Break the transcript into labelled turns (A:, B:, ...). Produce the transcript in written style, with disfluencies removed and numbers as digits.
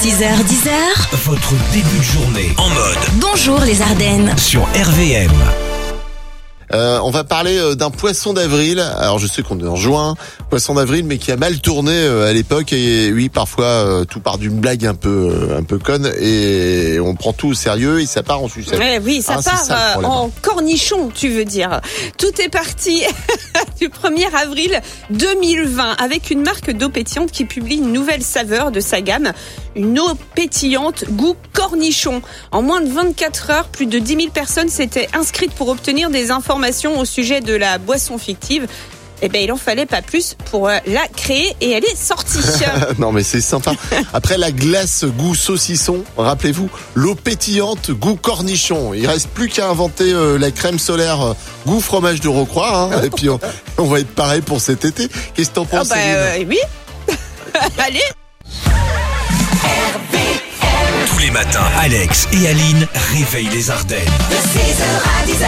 A: 6h10.
B: Votre début de journée en mode
A: Bonjour les Ardennes.
B: sur RVM.
C: On va parler d'un poisson d'avril. Alors je sais qu'on est en juin, poisson d'avril, mais qui a mal tourné à l'époque. Et oui, parfois tout part d'une blague un peu conne et on prend tout au sérieux et ça part en sucette.
D: Oui, ça
C: c'est ça, le
D: part
C: problème.
D: en cornichon, tu veux dire. Tout est parti du 1er avril 2020 avec une marque d'eau pétillante qui publie une nouvelle saveur de sa gamme. Une eau pétillante goût cornichon. En moins de 24 heures, plus de 10 000 personnes s'étaient inscrites pour obtenir des informations au sujet de la boisson fictive. Eh ben, il en fallait pas plus pour la créer et elle est sortie.
C: Non mais c'est sympa. Après la glace goût saucisson, rappelez-vous, l'eau pétillante goût cornichon. Il reste plus qu'à inventer la crème solaire goût fromage de Rocroi. Et puis on va être pareil pour cet été. Qu'est-ce que t'en penses, Céline ?
D: Oui. Allez.
B: Tous les matins, Alex et Aline réveillent les Ardennes.
E: De 6h à 10h.